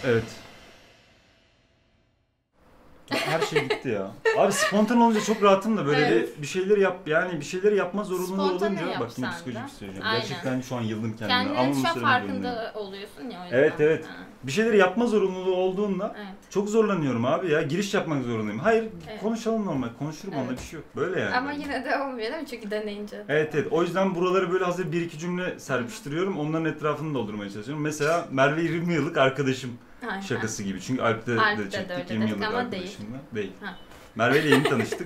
Evet. Her şey gitti ya. Abi spontan olunca çok rahatım da böyle Evet. bir şeyleri yap, yani bir şeyleri yapma zorunluluğu Spontane olunca yap bak yine sen de. psikolojik bir şey söyleyeceğim. Aynen. Gerçekten şu an yıldım kendime ama Kendinin bunu şu an söylemek zorundayım. farkında oluyorsun ya o yüzden. Evet evet. Ha, Bir şeyleri yapma zorunluluğu olduğunda evet. çok zorlanıyorum abi ya. Giriş yapmak zorundayım. Hayır, Evet. konuşalım normal. Konuşurum, Evet. onda bir şey yok. Böyle yani. Ama yine de olmuyor değil mi? Çünkü deneyince. Evet evet. O yüzden buraları böyle hazır bir iki cümle serpiştiriyorum. Onların etrafını doldurmaya çalışıyorum. Mesela Merve 20 yıllık arkadaşım Aynen. şakası gibi. Çünkü Alp'te de Alp'te de çektik. öyle 20 dedik yıllık ama arkadaşımla. Değil. Ha. Merve ile yeni tanıştık.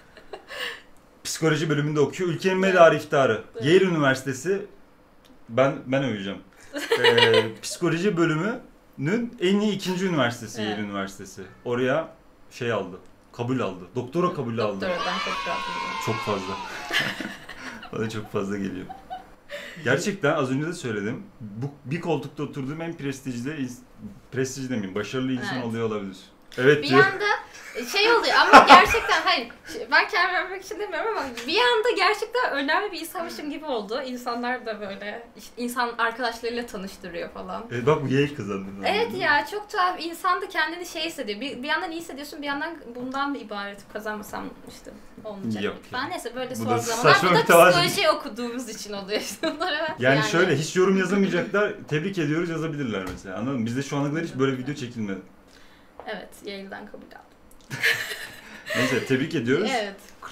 Psikoloji bölümünde okuyor. Ülkenin Evet. medarı iftiharı. Evet. Yale Üniversitesi. Ben öveceğim. Psikoloji bölümünün en iyi ikinci üniversitesi Evet. Yale Üniversitesi. Oraya şey aldı. Kabul aldı. Doktora kabulü aldı. Doktoradan çok rahat. Çok fazla. Bana çok fazla geliyor. Gerçekten az önce de söyledim. Bu bir koltukta oturduğum en prestijli demeyeyim, başarılı insan Evet. oluyor olabilir. Evet Bir diyor. anda şey oluyor ama gerçekten hayır ben kendimi vermek için demiyorum ama bir anda gerçekten önemli bir insanmışım gibi oldu. İnsanlar da böyle işte insan arkadaşlarıyla tanıştırıyor falan. Bak bu Yale kazandı. Evet ya çok tuhaf. İnsan da kendini şey hissediyor. Bir yandan iyi hissediyorsun, bir yandan bundan mı ibaret kazanmasam işte olmayacak. Yok Ben ya. neyse böyle Bu son da zamanlar. saçma Bu da bir tevazu. psikoloji okuduğumuz için oluyor işte bunlara. Yani şöyle hiç yorum yazamayacaklar, tebrik ediyoruz yazabilirler mesela, anladın mı? Bizde şu ana kadar hiç böyle video çekilmedi. Evet, Yale'den kabul aldım. Neyse tebrik ediyoruz. Evet.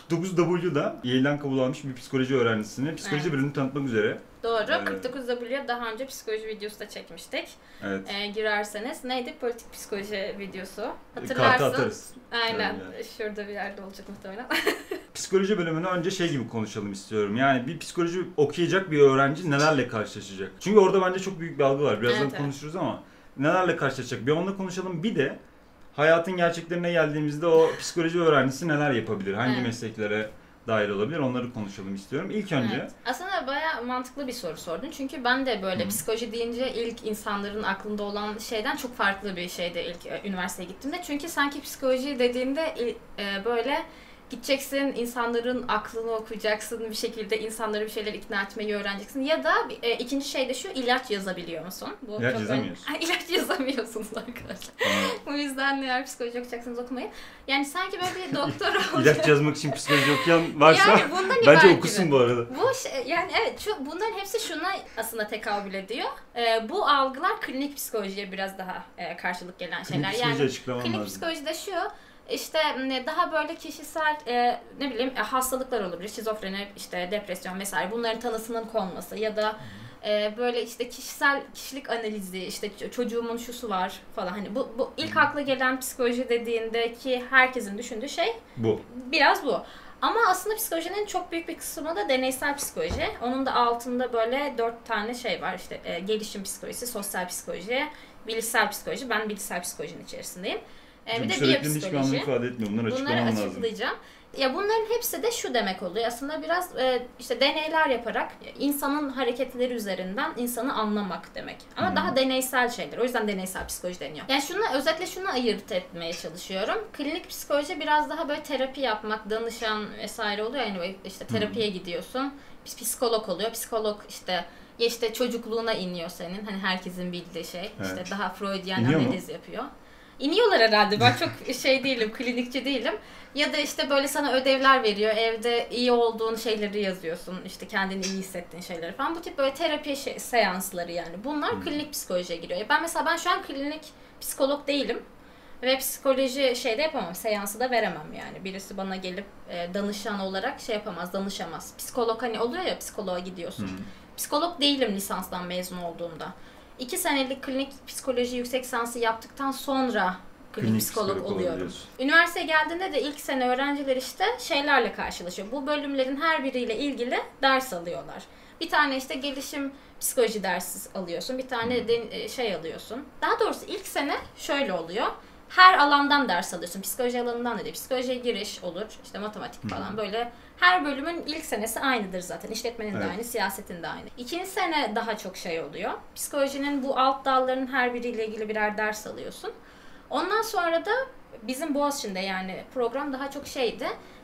49W'da Yale'den kabul almış bir psikoloji öğrencisini psikoloji Evet. bölümünü tanıtmak üzere. Doğru. Evet. 49W'ye daha önce psikoloji videosu da çekmiştik. Evet. Girerseniz neydi? Politik psikoloji videosu. Kartı Hatırlarsın. atarız. Aynen. Evet. Şurada bir yerde olacak muhtemelen. Psikoloji bölümünü önce şey gibi konuşalım istiyorum. Yani bir psikoloji okuyacak bir öğrenci nelerle karşılaşacak? Çünkü orada bence çok büyük bir algı var. Birazdan Evet, evet. konuşuruz ama nelerle karşılaşacak? Bir onunla konuşalım. Bir de hayatın gerçeklerine geldiğimizde o psikoloji öğrencisi neler yapabilir? Hangi Evet. mesleklere dahil olabilir? Onları konuşalım istiyorum. İlk önce Evet. Aslında bayağı mantıklı bir soru sordun. Çünkü ben de böyle psikoloji deyince ilk insanların aklında olan şeyden çok farklı bir şeydi ilk üniversiteye gittiğimde. Çünkü sanki psikoloji dediğinde böyle gideceksin, insanların aklını okuyacaksın, bir şekilde insanları bir şeyler ikna etmeyi öğreneceksin. Ya da ikinci şey de şu, ilaç yazabiliyor musun? Bu İlaç çok yazamıyorsun. İlaç yazamıyorsunuz arkadaşlar. Bu yüzden eğer psikoloji okuyacaksanız okumayın. Yani sanki böyle bir doktor olacak. ilaç yazmak için psikoloji okuyan varsa Yani bundan bence ibaret okusun gibi. bu arada. Bu yani evet bunların hepsi şuna aslında tekabül ediyor. Bu algılar klinik psikolojiye biraz daha karşılık gelen şeyler. Klinik psikoloji Yani açıklamam klinik lazım. psikolojide şu işte daha böyle kişisel ne bileyim hastalıklar olabilir. Şizofreni, işte depresyon vesaire bunların tanısının konması ya da böyle işte kişilik analizi, işte çocuğumun şusu var falan, hani bu ilk akla gelen psikoloji dediğindeki herkesin düşündüğü şey Bu. biraz bu. Ama aslında psikolojinin çok büyük bir kısmı da deneysel psikoloji. Onun da altında böyle 4 tane şey var. İşte gelişim psikolojisi, sosyal psikoloji, bilişsel psikoloji. Ben bilişsel psikolojinin içerisindeyim. Bir de Söylediklerin hiçbir anlam biyopsikoloji. ifade etmiyor. Bunları Bunları açıklamam lazım. açıklayacağım. Ya bunların hepsi de şu demek oluyor. Aslında biraz işte deneyler yaparak insanın hareketleri üzerinden insanı anlamak demek. Ama daha deneysel şeyler. O yüzden deneysel psikoloji deniyor. Yani özetle şunu ayırt etmeye çalışıyorum. Klinik psikoloji biraz daha böyle terapi yapmak, danışan vesaire oluyor. Yani işte terapiye gidiyorsun. Psikolog oluyor. Psikolog işte çocukluğuna iniyor senin. Hani herkesin bildiği şey. Evet. İşte daha Freudian İniyor mu? analiz yapıyor. İniyorlar herhalde. Ben çok değilim, klinikçi değilim. Ya da işte böyle sana ödevler veriyor. Evde iyi olduğun şeyleri yazıyorsun. İşte kendini iyi hissettiğin şeyleri falan. Bu tip böyle terapi seansları yani. Bunlar klinik psikolojiye giriyor. Ben şu an klinik psikolog değilim. Ve psikoloji yapamam. Seansı da veremem yani. Birisi bana gelip danışan olarak yapamaz, danışamaz. Psikolog hani oluyor ya, psikoloğa gidiyorsun. Psikolog değilim lisanstan mezun olduğumda. 2 senelik klinik psikoloji yüksek lisansı yaptıktan sonra klinik psikolog oluyorum. Üniversiteye geldiğinde de ilk sene öğrenciler işte şeylerle karşılaşıyor. Bu bölümlerin her biriyle ilgili ders alıyorlar. Bir tane işte gelişim psikoloji dersi alıyorsun. Bir tane de alıyorsun. Daha doğrusu ilk sene şöyle oluyor. Her alandan ders alıyorsun. Psikoloji alanından da değil. Psikolojiye giriş olur. İşte matematik falan böyle. Her bölümün ilk senesi aynıdır zaten. İşletmenin de aynı, siyasetin de aynı. İkinci sene daha çok oluyor. Psikolojinin bu alt dallarının her biriyle ilgili birer ders alıyorsun. Ondan sonra da bizim Boğaziçi'nde yani program daha çok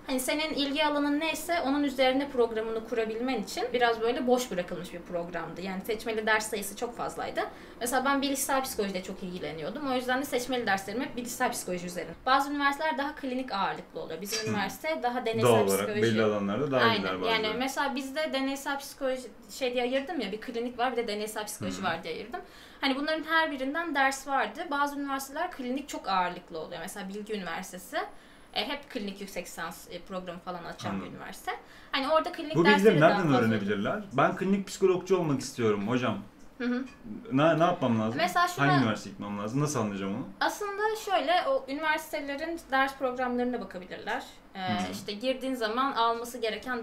Hani senin ilgi alanın neyse onun üzerine programını kurabilmen için biraz böyle boş bırakılmış bir programdı. Yani seçmeli ders sayısı çok fazlaydı. Mesela ben bilişsel psikolojide çok ilgileniyordum. O yüzden de seçmeli derslerim hep bilişsel psikoloji üzerine. Bazı üniversiteler daha klinik ağırlıklı oluyor. Bizim üniversite daha deneysel Doğal psikoloji. olarak belli alanlarda daha iyiler Aynen. bazıları. Yani mesela bizde deneysel psikoloji şey diye ayırdım ya, bir klinik var bir de deneysel psikoloji var diye ayırdım. Hani bunların her birinden ders vardı. Bazı üniversiteler klinik çok ağırlıklı oluyor. Mesela Bilgi Üniversitesi hep klinik yüksek lisans programı falan açan bir üniversite. Hani orada klinik bu dersleri bilgileri daha nereden fazla. öğrenebilirler? Ben klinik psikologcu olmak istiyorum hocam. Ne yapmam lazım? Mesela Hangi üniversiteye gitmem lazım? Nasıl anlayacağım onu? Aslında şöyle, o üniversitelerin ders programlarına bakabilirler. İşte girdiğin zaman alması gereken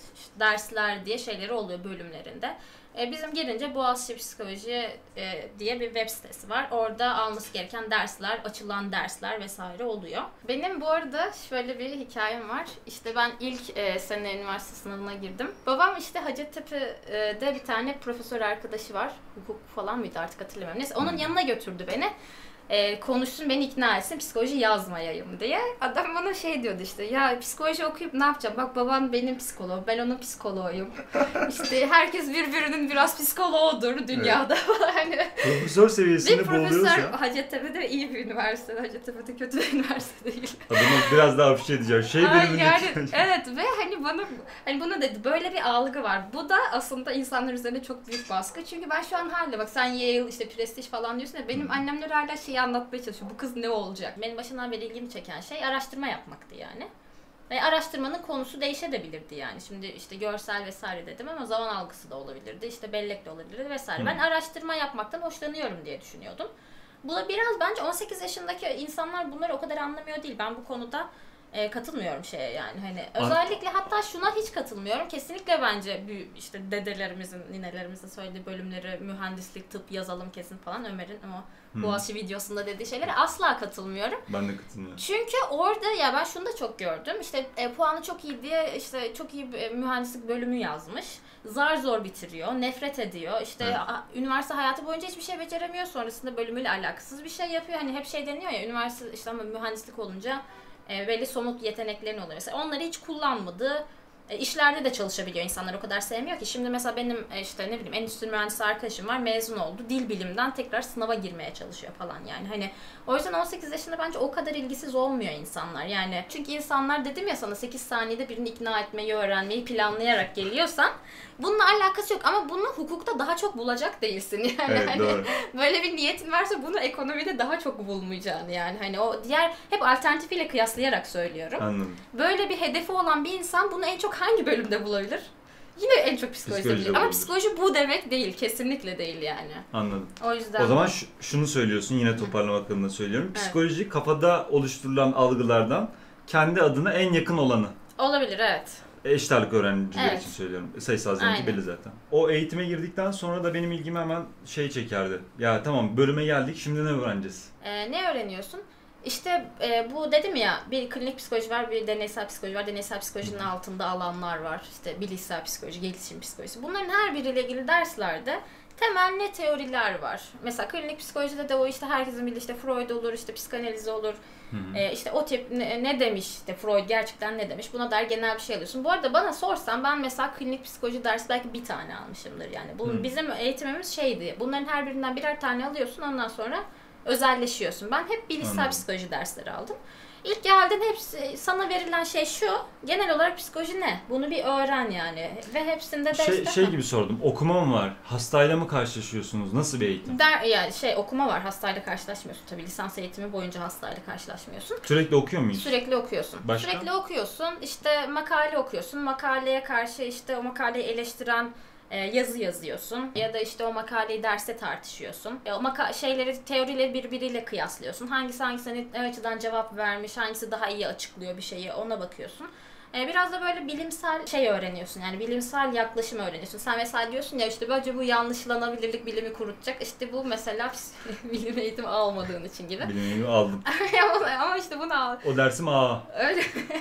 dersler diye şeyleri oluyor bölümlerinde. Bizim girince Boğaziçi Psikoloji diye bir web sitesi var. Orada alması gereken dersler, açılan dersler vesaire oluyor. Benim bu arada şöyle bir hikayem var. İşte ben ilk sene üniversite sınavına girdim. Babam işte Hacettepe'de bir tane profesör arkadaşı var. Hukuk falan mıydı artık hatırlamıyorum. Neyse onun yanına götürdü beni. Konuşsun, beni ikna etsin, psikoloji yazmayayım diye. Adam bana şey diyordu işte, ya psikoloji okuyup ne yapacağım? Bak baban benim psikoloğum, ben onun psikoloğuyum. İşte herkes birbirinin biraz psikoloğudur dünyada falan. Hani Profesör seviyesinde bir profesör, boğuluyorsa. Hacettepe'de iyi bir üniversite, Hacettepe'de kötü bir üniversite değil. Adama biraz daha bir şey diyeceğim. Yani evet, ve hani bana hani bunu dedi, böyle bir algı var. Bu da aslında insanlar üzerine çok büyük baskı. Çünkü ben şu an hala bak, sen Yale işte prestij falan diyorsun ya, benim annemler hala şeyi anlatmaya çalışıyor. Bu kız ne olacak? Benim başından beri ilgimi çeken şey araştırma yapmaktı yani. Ve araştırmanın konusu değişebilirdi yani. Şimdi işte görsel vesaire dedim ama zaman algısı da olabilirdi. İşte bellek de olabilirdi vesaire. Ben araştırma yapmaktan hoşlanıyorum diye düşünüyordum. Bu da biraz bence 18 yaşındaki insanlar bunları o kadar anlamıyor değil. Ben bu konuda katılmıyorum şeye yani. Hani özellikle hatta şuna hiç katılmıyorum. Kesinlikle bence işte dedelerimizin, ninelerimizin söylediği bölümleri, mühendislik, tıp yazalım kesin falan, Ömer'in o Boğaziçi videosunda dediği şeylere asla katılmıyorum. Ben de katılmıyorum. Çünkü orada ya ben şunu da çok gördüm. İşte puanı çok iyi diye işte çok iyi mühendislik bölümü yazmış. Zar zor bitiriyor, nefret ediyor. İşte üniversite hayatı boyunca hiçbir şey beceremiyor. Sonrasında bölümüyle alakasız bir şey yapıyor. Hani hep şey deniyor ya, üniversite işte ama mühendislik olunca belli somut yeteneklerin oluyor. Mesela onları hiç kullanmadı. İşlerde de çalışabiliyor, insanlar o kadar sevmiyor ki. Şimdi mesela benim işte ne bileyim endüstri mühendisi arkadaşım var, mezun oldu. Dil bilimden tekrar sınava girmeye çalışıyor falan yani. Hani o yüzden 18 yaşında bence o kadar ilgisiz olmuyor insanlar. Yani çünkü insanlar, dedim ya sana, 8 saniyede birini ikna etmeyi, öğrenmeyi planlayarak geliyorsan bununla alakası yok, ama bunu hukukta daha çok bulacak değilsin yani. Evet, hani doğru. böyle bir niyetin varsa bunu ekonomide daha çok bulmayacağını yani. Hani o diğer hep alternatifiyle kıyaslayarak söylüyorum. Anladım. Böyle bir hedefi olan bir insan bunu en çok hangi bölümde bulabilir? Yine en çok psikolojide bilir. Ama bulabilir. psikoloji bu demek değil. Kesinlikle değil yani. Anladım. O yüzden... O zaman şunu söylüyorsun, yine toparlamak adına söylüyorum. Evet. Psikoloji kafada oluşturulan algılardan kendi adına en yakın olanı. Olabilir, evet. Eşit ağırlık öğrenciler Evet. için söylüyorum. Sayısal zenci Aynen. belli zaten. O eğitime girdikten sonra da benim ilgimi hemen şey çekerdi. Ya tamam, bölüme geldik, şimdi ne öğreneceğiz? Ne öğreniyorsun? İşte bu dedim ya, bir klinik psikoloji var, bir deneysel psikoloji var. Deneysel psikolojinin altında alanlar var. İşte bilişsel psikoloji, gelişim psikolojisi. Bunların her biriyle ilgili derslerde temel ne teoriler var. Mesela klinik psikolojide de o işte herkesin bildiği işte Freud olur, işte psikanaliz olur. İşte o tip ne demiş, işte Freud gerçekten ne demiş, buna dair genel bir şey alıyorsun. Bu arada bana sorsan ben mesela klinik psikoloji dersi belki bir tane almışımdır yani. Bu bizim eğitimimiz şeydi. Bunların her birinden birer tane alıyorsun, ondan sonra özelleşiyorsun. Ben hep bilişsel psikoloji dersleri aldım. İlk geldin, hepsi sana verilen şey şu: genel olarak psikoloji ne? Bunu bir öğren yani. Ve hepsinde de işte... Şey gibi sordum, okuma mı var? Hastayla mı karşılaşıyorsunuz? Nasıl bir eğitim? Yani okuma var, hastayla karşılaşmıyorsun. Tabii lisans eğitimi boyunca hastayla karşılaşmıyorsun. Sürekli okuyor muyuz? Sürekli okuyorsun. Başka? Sürekli okuyorsun. İşte makale okuyorsun. Makaleye karşı işte o makaleyi eleştiren yazı yazıyorsun ya da işte o makaleyi derste tartışıyorsun. O teorileri birbiriyle kıyaslıyorsun. Hangisine ne açıdan cevap vermiş, hangisi daha iyi açıklıyor bir şeyi, ona bakıyorsun. Biraz da böyle bilimsel şey öğreniyorsun, yani bilimsel yaklaşım öğreniyorsun. Sen mesela diyorsun ya, işte bence bu yanlışlanabilirlik bilimi kurutacak. İşte bu mesela bilim eğitimi almadığın için gibi. Bilim eğitimi aldım. Ama işte bunu al. O dersim A. Öyle.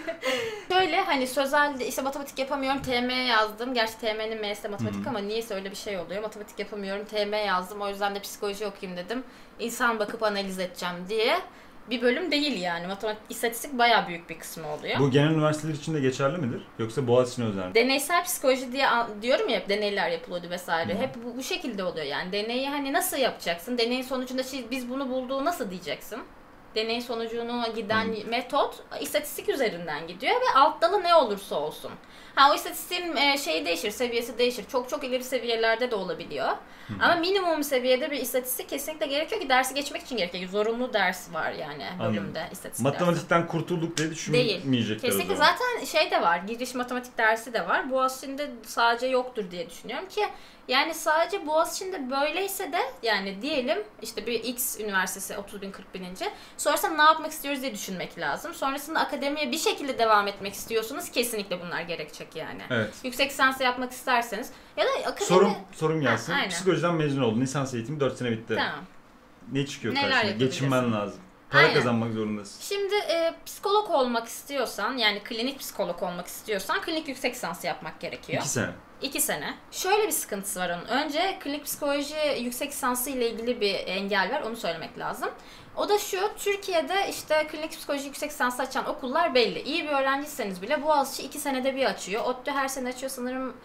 Şöyle hani sözelde işte matematik yapamıyorum, TM yazdım. Gerçi TM'nin M'si de matematik ama niyeyse öyle bir şey oluyor. Matematik yapamıyorum, TM yazdım. O yüzden de psikoloji okuyayım dedim. İnsan bakıp analiz edeceğim diye. bir bölüm değil yani. Matematik, istatistik bayağı büyük bir kısmı oluyor. Bu genel üniversiteler için de geçerli midir? Yoksa Boğaziçi'ne özel mi? Deneysel psikoloji diye diyorum ya, hep deneyler yapılıyordu vesaire. Hep bu şekilde oluyor yani. Deneyi hani nasıl yapacaksın? Deneyin sonucunda biz bunu bulduğu nasıl diyeceksin? Deneyin sonucuna giden metot istatistik üzerinden gidiyor ve alt dalı ne olursa olsun. O istatistiğin şeyi değişir, seviyesi değişir. Çok çok ileri seviyelerde de olabiliyor. Ama minimum seviyede bir istatistik kesinlikle gerekiyor ki dersi geçmek için gerekiyor. Zorunlu ders var yani bölümde, istatistik Matematikten dersi. kurtulduk diye düşünmeyecekler Kesinlikle o zaman. zaten şey de var, giriş matematik dersi de var. Boğaziçi'nde sadece yoktur diye düşünüyorum ki yani sadece Boğaziçi'nde böyleyse de yani diyelim işte bir X üniversitesi 30 bin 40 bininci. Sonrasında ne yapmak istiyoruz diye düşünmek lazım. Sonrasında akademiye bir şekilde devam etmek istiyorsunuz. Kesinlikle bunlar gerekecek yani. Evet. Yüksek lisans yapmak isterseniz ya da akademi... Sorum gelsin. Psikolojiden mezun oldun. Lisans eğitimi 4 sene bitti. Tamam. Ne çıkıyor Neler karşına? Geçinmen lazım. Para kazanmak zorundasın. Şimdi psikolog olmak istiyorsan yani klinik psikolog olmak istiyorsan klinik yüksek lisans yapmak gerekiyor. 2 sene. 2 sene. Şöyle bir sıkıntısı var onun. Önce klinik psikoloji yüksek lisansı ile ilgili bir engel var. Onu söylemek lazım. O da şu, Türkiye'de işte klinik psikoloji yüksek lisansı açan okullar belli. İyi bir öğrenciyseniz bile Boğaziçi 2 senede bir açıyor. ODTÜ her sene açıyor sanırım.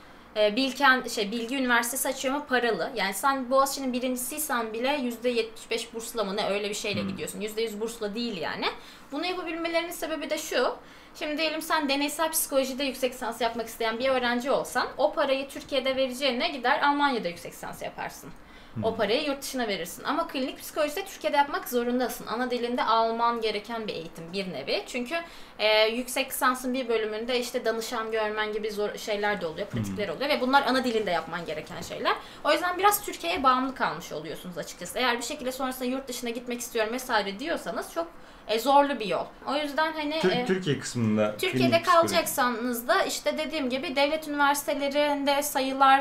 Bilgi Üniversitesi açıyor ama paralı. Yani sen Boğaziçi'nin birincisiysen bile %75 bursla mı ne öyle bir şeyle gidiyorsun. %100 bursla değil yani. Bunu yapabilmelerinin sebebi de şu. Şimdi diyelim sen deneysel psikolojide yüksek lisans yapmak isteyen bir öğrenci olsan o parayı Türkiye'de vereceğine gider Almanya'da yüksek lisans yaparsın. O parayı yurt dışına verirsin. Ama klinik psikolojide Türkiye'de yapmak zorundasın. Ana dilinde alman gereken bir eğitim bir nevi. Çünkü yüksek lisansın bir bölümünde işte danışan görmen gibi zor şeyler de oluyor, pratikler oluyor ve bunlar ana dilinde yapman gereken şeyler. O yüzden biraz Türkiye'ye bağımlı kalmış oluyorsunuz açıkçası. Eğer bir şekilde sonrasında yurt dışına gitmek istiyorum vesaire diyorsanız çok zorlu bir yol. O yüzden hani Türkiye kısmında Türkiye'de kalacaksanız da işte dediğim gibi devlet üniversitelerinde sayılar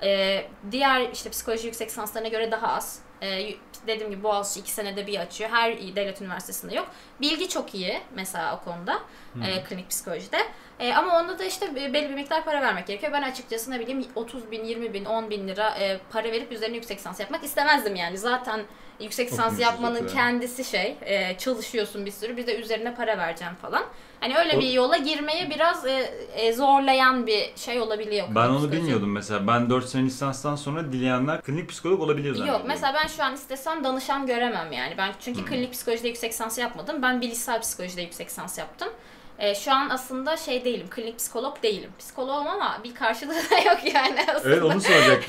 diğer işte psikoloji yüksek lisanslarına göre daha az. Dediğim gibi Boğaziçi 2 senede bir açıyor. Her devlet üniversitesinde yok. Bilgi çok iyi mesela o konuda. Klinik psikolojide. Ama onda da işte belli bir miktar para vermek gerekiyor. Ben açıkçası ne bileyim 30 bin, 20 bin, 10 bin lira para verip üzerine yüksek lisans yapmak istemezdim yani. Zaten yüksek lisans yapmanın kendisi çalışıyorsun bir sürü. Bir de üzerine para vereceğim falan. Hani öyle bir yola girmeye biraz zorlayan bir şey olabiliyor. Ben onu bilmiyordum mesela. Ben 4 sene lisanstan sonra dileyenler klinik psikolog olabilir zannediyorum. Yok mesela ben şu an istesem danışan göremem yani. Ben çünkü klinik psikolojide yüksek lisans yapmadım. Ben bilişsel psikolojide yüksek lisans yaptım. Şu an aslında değilim, klinik psikolog değilim. Psikoloğum ama bir karşılığı da yok yani aslında. Evet onu soracaktım.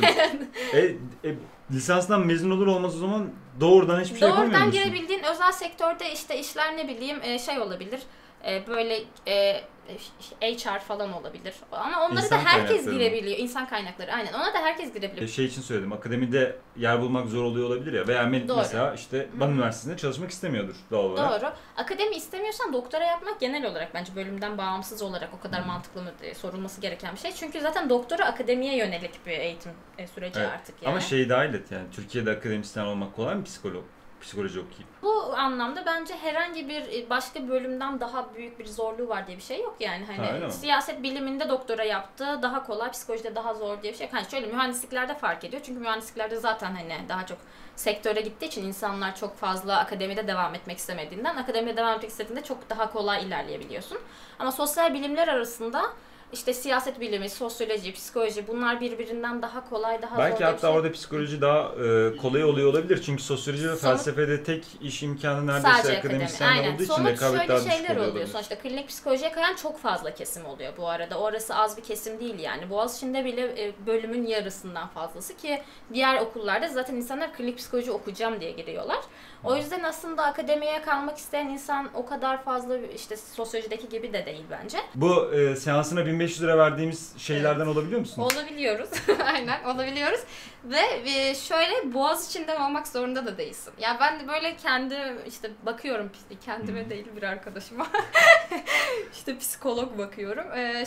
Lisanstan mezun olur olmaz o zaman doğrudan hiçbir şey yapamıyor musun? Doğrudan girebildiğin özel sektörde işte işler ne bileyim olabilir. Böyle HR falan olabilir. Ama onları İnsan da herkes kaynakları girebiliyor. İnsan kaynakları aynen. Ona da herkes girebiliyor. Şey için söyledim. Akademide yer bulmak zor oluyor olabilir ya. Veya mesela işte Van Üniversitesi'nde çalışmak istemiyordur doğal olarak. Doğru. Akademi istemiyorsan doktora yapmak genel olarak bence bölümden bağımsız olarak o kadar mantıklı mı sorulması gereken bir şey. Çünkü zaten doktora akademiye yönelik bir eğitim süreci artık yani. Ama dahil et yani. Türkiye'de akademisyen olmak kolay mı psikoloji okuyup? Bu anlamda bence herhangi bir başka bölümden daha büyük bir zorluğu var diye bir şey yok yani. Hani siyaset biliminde doktora yaptı, daha kolay, psikolojide daha zor diye bir şey yok. Hani şöyle mühendisliklerde fark ediyor. Çünkü mühendisliklerde zaten daha çok sektöre gittiği için insanlar çok fazla akademide devam etmek istemediğinden akademide devam etmek istediğinde çok daha kolay ilerleyebiliyorsun. Ama sosyal bilimler arasında İşte siyaset bilimi, sosyoloji, psikoloji bunlar birbirinden daha kolay, daha zor. Belki hatta orada psikoloji daha kolay oluyor olabilir. Çünkü sosyoloji ve felsefede tek iş imkanı neredeyse akademisyenler olduğu için rekabet daha düşük oluyor. Sonuçta klinik psikolojiye kayan çok fazla kesim oluyor bu arada. Orası az bir kesim değil yani. Boğaziçi'nde bile bölümün yarısından fazlası ki diğer okullarda zaten insanlar klinik psikoloji okuyacağım diye giriyorlar. O yüzden aslında akademiye kalmak isteyen insan o kadar fazla işte sosyolojideki gibi de değil bence. Bu seansına 1500 lira verdiğimiz şeylerden olabiliyor musun? Olabiliyoruz. Aynen olabiliyoruz. Ve şöyle Boğaziçi'nde olmak zorunda da değilsin. Ya ben de böyle işte bakıyorum kendime değil bir arkadaşıma. İşte psikolog bakıyorum.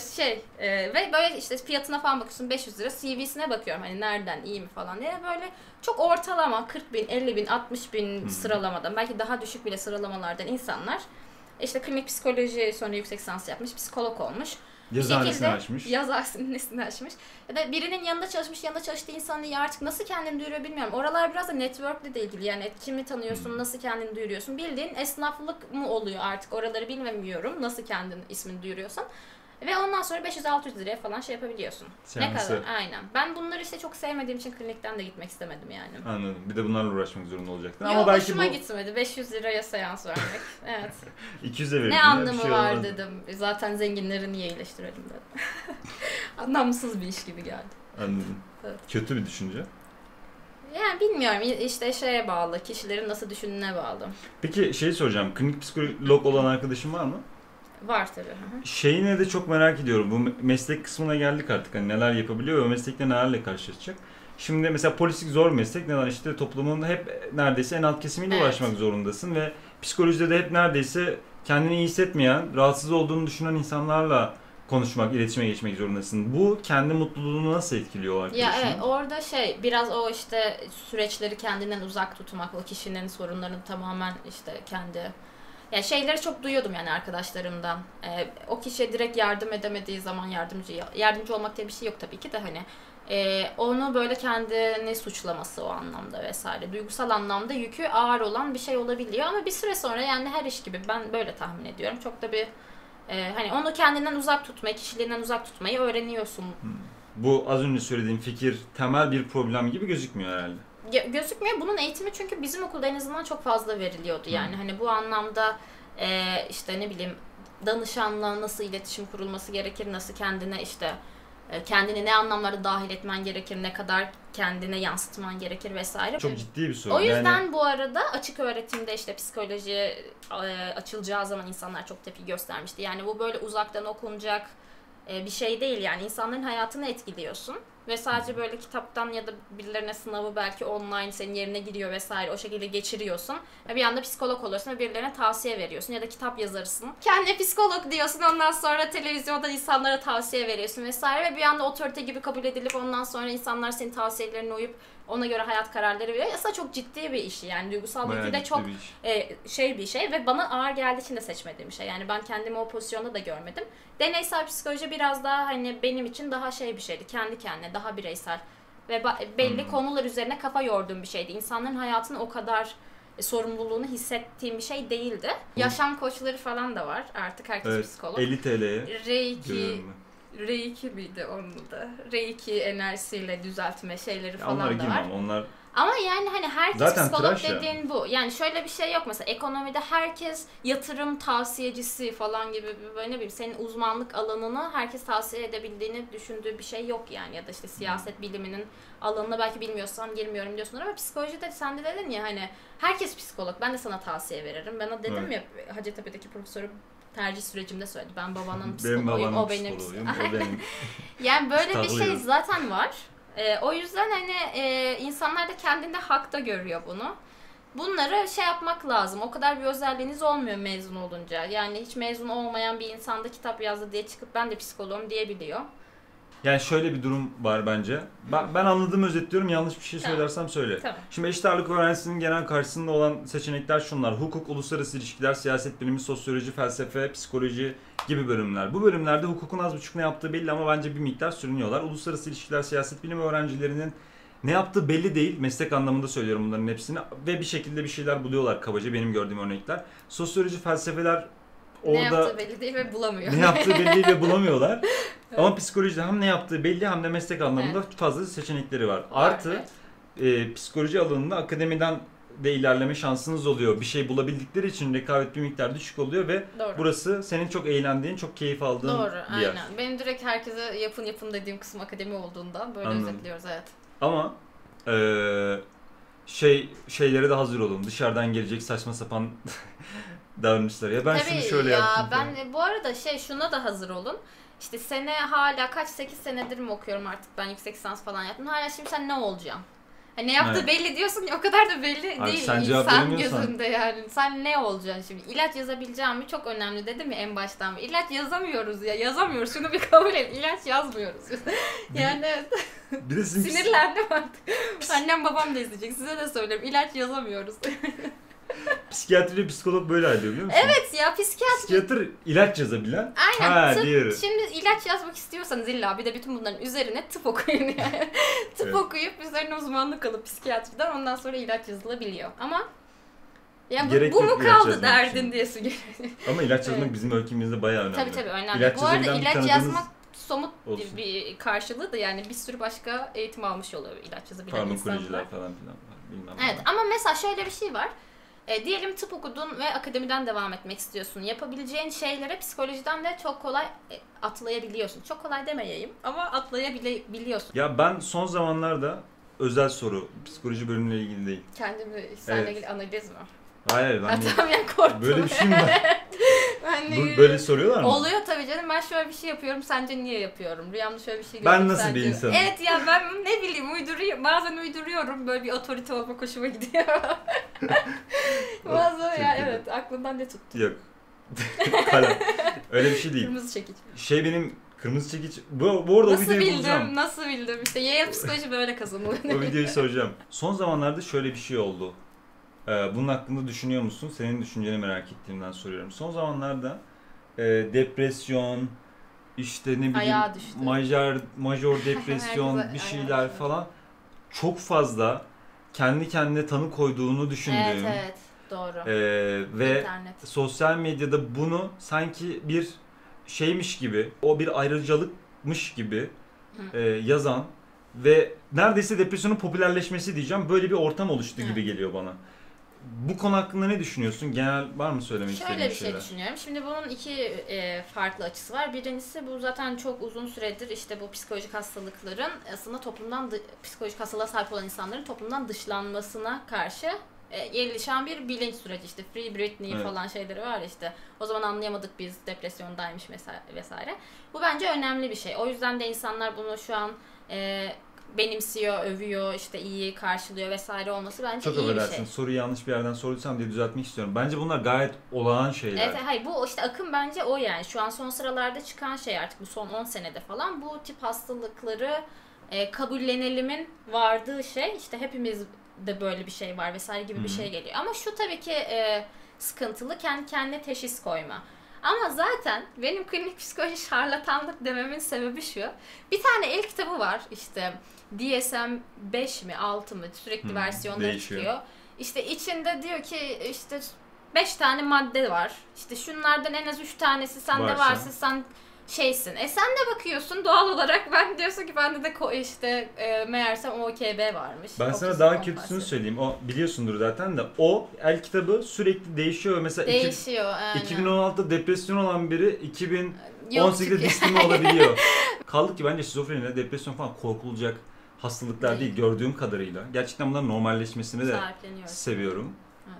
Ve böyle işte fiyatına falan bakıyorsun 500 lira. CV'sine bakıyorum hani nereden iyi mi falan diye böyle çok ortalama 40 bin, 50 bin, 60 bin sıralamadan belki daha düşük bile sıralamalardan insanlar işte klinik psikoloji sonra yüksek lisans yapmış, psikolog olmuş. Yazıhanesini açmış. Yazıhanesini açmış. Ya da birinin yanında çalıştığı insanın ya artık nasıl kendini duyuruyor bilmiyorum. Oralar biraz da network'le de ilgili. Yani kimi tanıyorsun, nasıl kendini duyuruyorsun. Bildiğin esnaflık mı oluyor artık? Oraları bilmiyorum. Nasıl kendini ismini duyuruyorsan. Ve ondan sonra 500-600 liraya falan şey yapabiliyorsun. Seansı. Ne kadar? Aynen. Ben bunları işte çok sevmediğim için klinikten de gitmek istemedim yani. Anladım. Bir de bunlarla uğraşmak zorunda olacaktın. Yok, ama belki hoşuma gitmedi. 500 liraya seans vermek. Evet. 200'e verir. Ne anlamı var dedim. Zaten zenginleri niye iyileştirelim dedim. Anlamsız bir iş gibi geldi. Anladım. Evet. Kötü bir düşünce. Yani bilmiyorum. İşte şeye bağlı. Kişilerin nasıl düşündüğüne bağlı. Peki şeyi soracağım. Klinik psikolog olan arkadaşın var mı? Var tabii. Hı hı. Şeyine de çok merak ediyorum. Bu meslek kısmına geldik artık. Hani neler yapabiliyor ve o meslekte nelerle karşılaşacak. Şimdi mesela polislik zor meslek. Neden? İşte toplumun hep neredeyse en alt kesimiyle Evet. uğraşmak zorundasın ve psikolojide de hep neredeyse kendini iyi hissetmeyen, rahatsız olduğunu düşünen insanlarla konuşmak, iletişime geçmek zorundasın. Bu kendi mutluluğunu nasıl etkiliyor o arkadaşın? Ya evet, orada biraz o işte süreçleri kendinden uzak tutmak, o kişinin sorunlarını tamamen işte kendi... Ya şeyleri çok duyuyordum yani arkadaşlarımdan. O kişiye direkt yardım edemediği zaman yardımcı olmak diye bir şey yok tabii ki de hani onu böyle kendini suçlaması o anlamda vesaire. Duygusal anlamda yükü ağır olan bir şey olabiliyor ama bir süre sonra yani her iş gibi ben böyle tahmin ediyorum. Çok da bir hani onu kendinden uzak tutmayı, kişiliğinden uzak tutmayı öğreniyorsun. Bu az önce söylediğim fikir temel bir problem gibi gözükmüyor herhalde. Gözükmüyor. Bunun eğitimi çünkü bizim okulda en azından çok fazla veriliyordu. Yani hani bu anlamda işte ne bileyim danışanla nasıl iletişim kurulması gerekir, nasıl kendine işte kendini ne anlamlarda dahil etmen gerekir, ne kadar kendine yansıtman gerekir vesaire. Çok ciddi bir soru. O yüzden yani... bu arada açık öğretimde işte psikoloji açılacağı zaman insanlar çok tepki göstermişti. Yani bu böyle uzaktan okunacak bir şey değil yani insanların hayatını etkiliyorsun ve sadece böyle kitaptan ya da birilerine sınavı belki online senin yerine giriyor vesaire o şekilde geçiriyorsun ve bir anda psikolog oluyorsun ve birilerine tavsiye veriyorsun ya da kitap yazarsın. Kendine psikolog diyorsun ondan sonra televizyonda insanlara tavsiye veriyorsun vesaire ve bir anda otorite gibi kabul edilip ondan sonra insanlar senin tavsiyelerine uyup ona göre hayat kararları veriyor. Aslında çok ciddi bir iş yani duygusal yükü de çok bir şey ve bana ağır geldiği için de seçmediğim bir şey. Yani ben kendimi o pozisyonda da görmedim. Deneysel psikoloji biraz daha hani benim için daha bir şeydi. Kendi kendine daha bireysel ve belli konular üzerine kafa yorduğum bir şeydi. İnsanların hayatını o kadar sorumluluğunu hissettiğim bir şey değildi. Yaşam koçları falan da var. Artık herkes psikolog. 50 TL'ye. Reiki miydi onun da? Reiki enerjisiyle düzeltme şeyleri falan onlara da var. Onlar... Ama yani hani herkes zaten psikolog dediğin bu. Yani şöyle bir şey yok mesela ekonomide herkes yatırım tavsiyecisi falan gibi böyle ne bileyim senin uzmanlık alanını herkes tavsiye edebildiğini düşündüğü bir şey yok yani ya da işte siyaset biliminin alanına belki bilmiyorsan girmiyorum diyorsunlar ama psikolojide sen de dedin ya hani herkes psikolog ben de sana tavsiye veririm. Ben o dedim ya Hacettepe'deki profesörü tercih sürecimde söyledi. Ben babanın psikoloğuyum, o benim psikoloğum. Yani böyle bir şey zaten var. O yüzden hani insanlar da kendinde hakta görüyor bunu. Bunları yapmak lazım. O kadar bir özelliğiniz olmuyor mezun olunca. Yani hiç mezun olmayan bir insanda kitap yazdı diye çıkıp ben de psikoloğum diyebiliyor. Yani şöyle bir durum var bence. Ben anladığımı özetliyorum. Yanlış bir şey söylersem söyle. Tamam. Şimdi eşit ağırlık öğrencisinin genel karşısında olan seçenekler şunlar. Hukuk, uluslararası ilişkiler, siyaset bilimi, sosyoloji, felsefe, psikoloji gibi bölümler. Bu bölümlerde hukukun az buçuk ne yaptığı belli ama bence bir miktar sürünüyorlar. Uluslararası ilişkiler, siyaset bilimi öğrencilerinin ne yaptığı belli değil. Meslek anlamında söylüyorum bunların hepsini. Ve bir şekilde bir şeyler buluyorlar kabaca benim gördüğüm örnekler. Sosyoloji, felsefeler orada... Ne yaptığı belli değil ve bulamıyor. Ne yaptığı belli değil ve bulamıyorlar. Ama psikolojide hem ne yaptığı belli hem de meslek anlamında fazla seçenekleri var. Artı psikoloji alanında akademiden de ilerleme şansınız oluyor. Bir şey bulabildikleri için rekabet bir miktar düşük oluyor ve burası senin çok eğlendiğin, çok keyif aldığın bir yer. Aynen. Benim direkt herkese yapın dediğim kısım akademi olduğundan böyle özetliyoruz Ama şeylere de hazır olun. Dışarıdan gelecek saçma sapan davranışlar. Ya ben şunu şöyle yaptım. Ben bu arada şuna da hazır olun. İşte sene hala 8 senedir mi okuyorum artık ben yüksek lisans falan yaptım. Hala şimdi sen ne olacaksın? Hani ne yaptığı belli diyorsun ya o kadar da belli değil insan gözünde yani. Sen ne olacaksın şimdi? İlaç yazabileceğim mi? Çok önemli dedim ya en baştan. İlaç yazamıyoruz ya. Yazamıyoruz. Şunu bir kabul et. İlaç yazmıyoruz. Yani bir de sinirlendim artık. Annem babam da izleyecek. Size de söylüyorum. İlaç yazamıyoruz. Psikiyatri ile psikolog böyle hallediyor biliyor musun? Evet ya, psikiyatri. Psikiyatr ilaç yazabilen. Aynen. Diğeri. Şimdi ilaç yazmak istiyorsanız illa bir de bütün bunların üzerine tıp okuyun yani. Tıp Evet. okuyup üzerine uzmanlık alıp psikiyatriden ondan sonra ilaç yazılabiliyor. Ama ya Gerek bu yok mu ilaç kaldı yazmak derdin için. diye geliyor. Ama ilaç yazmak Evet. bizim ülkemizde bayağı önemli. Tabii önemli. İlaç Bu arada yazabilen bir ilaç tanıdığınız yazmak somut olsun. bir karşılığı da yani bir sürü başka eğitim almış oluyor ilaç yazabilen Farmakolojiciler insanlar. falan filan var. Bilmem Evet ne. ama mesela şöyle bir şey var. Diyelim tıp okudun ve akademiden devam etmek istiyorsun. Yapabileceğin şeylere psikolojiden de çok kolay atlayabiliyorsun. Çok kolay demeyeyim ama atlayabiliyorsun. Ya ben son zamanlarda özel soru, psikoloji bölümüyle ilgili değil. Kendimi seninle Evet. ilgili analiz mi? Hayır ben de, Tamam ya, korktum. böyle bir şey mi var? Ben de Böyle soruyorlar mı? oluyor tabii canım. Ben şöyle bir şey yapıyorum. Sence niye yapıyorum? Rüyamda şöyle bir şey Ben gördüm. nasıl sence... bir insanım? Evet ya, ben ne bileyim uyduruyorum. Bazen uyduruyorum. Böyle bir otorite olmak hoşuma gidiyor. Bazen ya Teşekkür evet. Aklından ne tuttu? Yok. Kalem. Öyle bir şey değil. Kırmızı çekiç. Benim kırmızı çekiç. Bu arada o Nasıl videoyu bildim? bulacağım. Nasıl bildim? İşte Yale psikoloji böyle kazanılıyor. O videoyu soracağım. Son zamanlarda şöyle bir şey oldu. Bunun hakkında düşünüyor musun? Senin düşünceni merak ettiğimden soruyorum. Son zamanlarda depresyon, işte ne bileyim Ayağa düştü. major depresyon, Herkese bir ayağa şeyler düştü. falan çok fazla kendi kendine tanı koyduğunu düşündüğüm Evet doğru. ve İnternet. sosyal medyada bunu sanki bir şeymiş gibi, o bir ayrıcalıkmış gibi yazan ve neredeyse depresyonun popülerleşmesi diyeceğim, böyle bir ortam oluştu gibi geliyor bana. Bu konu hakkında ne düşünüyorsun? Genel var mı söylemek istediğin Şöyle bir şey şeyler? düşünüyorum. Şimdi bunun iki farklı açısı var. Birincisi, bu zaten çok uzun süredir işte bu psikolojik hastalıkların aslında toplumdan psikolojik hastalığa sahip olan insanların toplumdan dışlanmasına karşı gelişen bir bilinç süreci. İşte Free Britney Evet. falan şeyleri var işte. O zaman anlayamadık biz depresyondaymış vesaire. Bu bence önemli bir şey. O yüzden de insanlar bunu şu an benimsiyor, övüyor, işte iyi karşılıyor vesaire olması bence Çok iyi bir affedersin, şey. soruyu yanlış bir yerden sorduysam diye düzeltmek istiyorum. Bence bunlar gayet olağan şeyler. Evet, hayır bu işte akım bence o yani. Şu an son sıralarda çıkan şey, artık bu son 10 senede falan bu tip hastalıkları kabullenelimin vardığı şey, işte hepimiz de böyle bir şey var vesaire gibi bir şey geliyor. Ama şu tabii ki sıkıntılı, kendi kendine teşhis koyma. Ama zaten benim klinik psikoloji şarlatanlık dememin sebebi şu. Bir tane el kitabı var işte, DSM-5 mi 6 mı sürekli versiyonları değişiyor. çıkıyor. İşte içinde diyor ki işte 5 tane madde var. İşte şunlardan en az 3 tanesi sende varsa sen şeysin. Sen de bakıyorsun doğal olarak, ben diyorsun ki bende de işte meğersem OKB varmış. Ben sana Obsesif daha kompulsif. kötüsünü söyleyeyim. O biliyorsundur zaten de. O el kitabı sürekli değişiyor. Mesela Değişiyor. Aynen. 2016'da depresyon olan biri 2018'de Yok çünkü. diskimi olabiliyor. Kaldı ki bence şizofreni, depresyon falan korkulacak hastalıklar değil gördüğüm kadarıyla. Gerçekten bunların normalleşmesini de Sahipleniyoruz. seviyorum.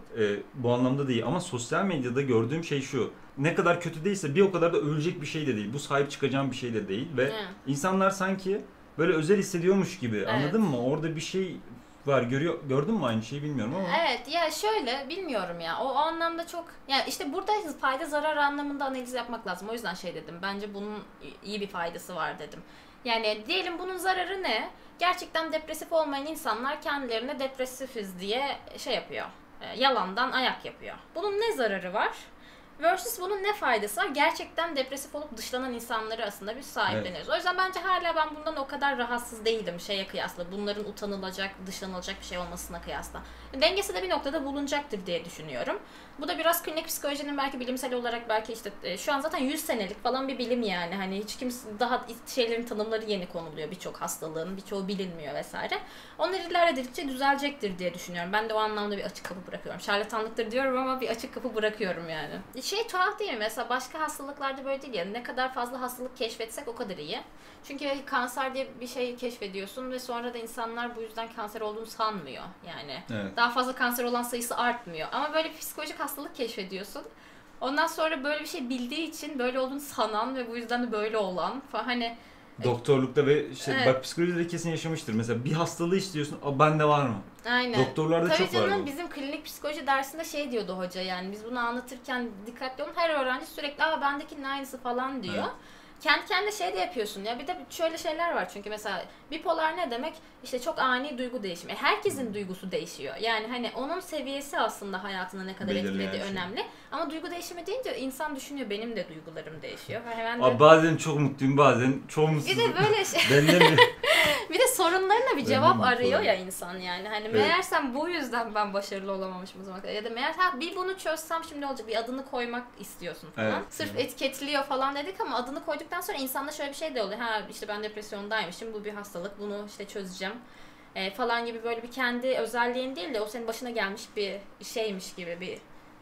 Bu anlamda değil ama sosyal medyada gördüğüm şey şu. Ne kadar kötü değilse bir o kadar da övülecek bir şey de değil. Bu sahip çıkacağım bir şey de değil ve insanlar sanki böyle özel hissediyormuş gibi. Anladın mı? Orada bir şey var. Gördün mü aynı şeyi bilmiyorum ama. Evet ya şöyle bilmiyorum ya, o anlamda çok yani işte burada fayda zarar anlamında analiz yapmak lazım. O yüzden şey dedim, bence bunun iyi bir faydası var dedim. Yani diyelim bunun zararı ne? Gerçekten depresif olmayan insanlar kendilerine depresifiz diye şey yapıyor. Yalandan ayak yapıyor. Bunun ne zararı var? Versus bunun ne faydası var? Gerçekten depresif olup dışlanan insanları aslında biz sahipleniyoruz. Evet. O yüzden bence hala ben bundan o kadar rahatsız değilim şeye kıyasla. Bunların utanılacak, dışlanılacak bir şey olmasına kıyasla. Dengesi de bir noktada bulunacaktır diye düşünüyorum. Bu da biraz klinik psikolojinin belki bilimsel olarak belki işte şu an zaten 100 senelik falan bir bilim yani. Hani hiç kimse daha şeylerin tanımları yeni konuluyor. Birçok hastalığın, birçoğu bilinmiyor vesaire. Onlar ilerledikçe düzelecektir diye düşünüyorum. Ben de o anlamda bir açık kapı bırakıyorum. Şarlatanlıktır diyorum ama bir açık kapı bırakıyorum yani. Şey tuhaf değil mi? Mesela başka hastalıklarda böyle değil ya. Ne kadar fazla hastalık keşfetsek o kadar iyi. Çünkü kanser diye bir şey keşfediyorsun ve sonra da insanlar bu yüzden kanser olduğunu sanmıyor. Yani daha fazla kanser olan sayısı artmıyor. Ama böyle bir psikolojik hastalık keşfediyorsun. Ondan sonra böyle bir şey bildiği için böyle olduğunu sanan ve bu yüzden de böyle olan falan hani. Doktorlukta ve bak psikolojide de kesin yaşamıştır. Mesela bir hastalığı istiyorsun, bende var mı? Aynen. Doktorlarda tabii çok canım, var bu. bizim klinik psikoloji dersinde şey diyordu hoca, yani biz bunu anlatırken dikkatli olun, her öğrenci sürekli bendekinin aynısı falan diyor. Evet. kendi kendine şey de yapıyorsun ya. Bir de şöyle şeyler var çünkü mesela bipolar ne demek? İşte çok ani duygu değişimi. Herkesin duygusu değişiyor. Yani hani onun seviyesi aslında hayatına ne kadar Belirleyen etkilediği şey. önemli. Ama duygu değişimi deyince insan düşünüyor benim de duygularım değişiyor. Hemen Abi bazen çok mutluyum, bazen çok bir mutsuzum. de böyle şey. Bende mi? Bir de sorunlarına bir Benim cevap mi arıyor falan? ya insan yani. Hani Evet. meğersem bu yüzden ben başarılı olamamışım o zaman kadar. Ya da meğer bir bunu çözsem şimdi ne olacak? Bir adını koymak istiyorsun falan. Evet. Sırf etiketliyor falan dedik ama adını koyduktan sonra insanda şöyle bir şey de oluyor. Ha işte ben depresyondaymışım. Bu bir hastalık. Bunu işte çözeceğim. Falan gibi böyle bir kendi özelliğin değil de o senin başına gelmiş bir şeymiş gibi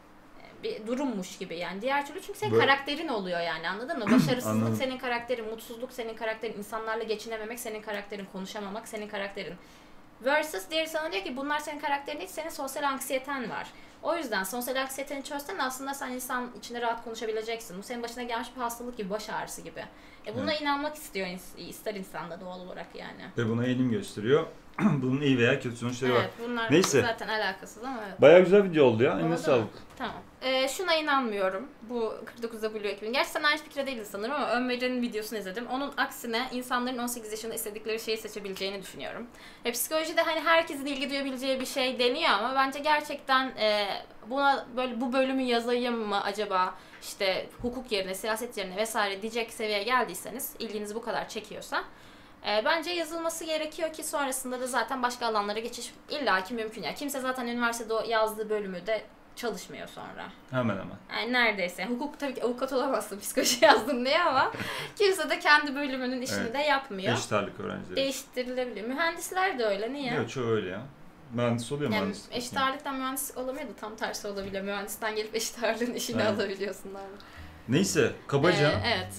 bir durummuş gibi yani. Diğer türlü çünkü senin Böyle- karakterin oluyor yani, anladın mı? Başarısızlık Anladım. senin karakterin, mutsuzluk senin karakterin, insanlarla geçinememek senin karakterin, konuşamamak senin karakterin. Versus diğeri sana diyor ki bunlar senin karakterin değil, senin sosyal anksiyeten var. O yüzden sosyal anksiyeteni çözsen aslında sen insan içinde rahat konuşabileceksin. Bu senin başına gelmiş bir hastalık gibi, baş ağrısı gibi. Buna inanmak ister insan da doğal olarak yani. Ve buna eğilim gösteriyor. Bunun iyi veya kötü sonuçları var. Evet, bunlar Neyse. zaten alakasız ama evet. Bayağı güzel video oldu ya. Eline Oldu mu? sağlık. Tamam. Şuna inanmıyorum. Bu 49W ekibinin. Gerçi sen aynı fikirde değildin sanırım ama Ömer'in videosunu izledim. Onun aksine insanların 18 yaşında istedikleri şeyi seçebileceğini düşünüyorum. Psikolojide hani herkesin ilgi duyabileceği bir şey deniyor ama bence gerçekten buna böyle bu bölümü yazayım mı acaba, işte hukuk yerine, siyaset yerine vesaire diyecek seviyeye geldiyseniz, ilginizi bu kadar çekiyorsa bence yazılması gerekiyor ki sonrasında da zaten başka alanlara geçiş illaki mümkün. Yani kimse zaten üniversitede o yazdığı bölümü de çalışmıyor sonra. Hemen hemen. Yani neredeyse. Hukuk tabii ki avukat olamazsın psikoloji yazdın diye ama kimse de kendi bölümünün işini Evet. de yapmıyor. Eşit ağırlık öğrencileri. Değiştirilebiliyor. Mühendisler de öyle. Niye? Yok çoğu öyle ya. Mühendis oluyor Yani mühendis. eşit ağırlıktan mühendislik olamıyor da tam tersi olabiliyor. Mühendisten gelip eşit ağırlığın işini Evet. alabiliyorsun abi. Neyse kabaca Evet.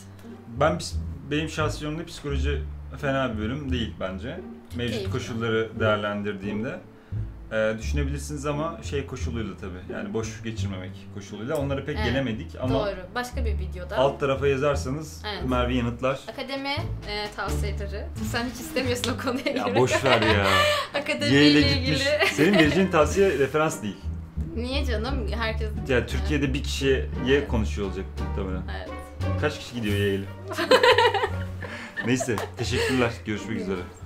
benim şahsi yorumumda psikoloji fena bir bölüm değil bence. Mevcut keyifli. koşulları değerlendirdiğimde. Düşünebilirsiniz ama şey koşuluyla tabii. Yani boş geçirmemek koşuluyla. Onları pek Evet, gelemedik ama Doğru. Başka bir videoda. alt tarafa yazarsanız Evet. Merve yanıtlar. Akademi tavsiyeleri. Sen hiç istemiyorsun o konuya Ya girmek. boş ver ya. Akademiyle Yeğle ilgili. gitmiş. Senin vereceğin tavsiye referans değil. Niye canım? Herkes... Yani Türkiye'de bir kişiye konuşuyor olacak muhtemelen. Evet. Kaç kişi gidiyor Yeğle? Neyse teşekkürler. Görüşmek üzere.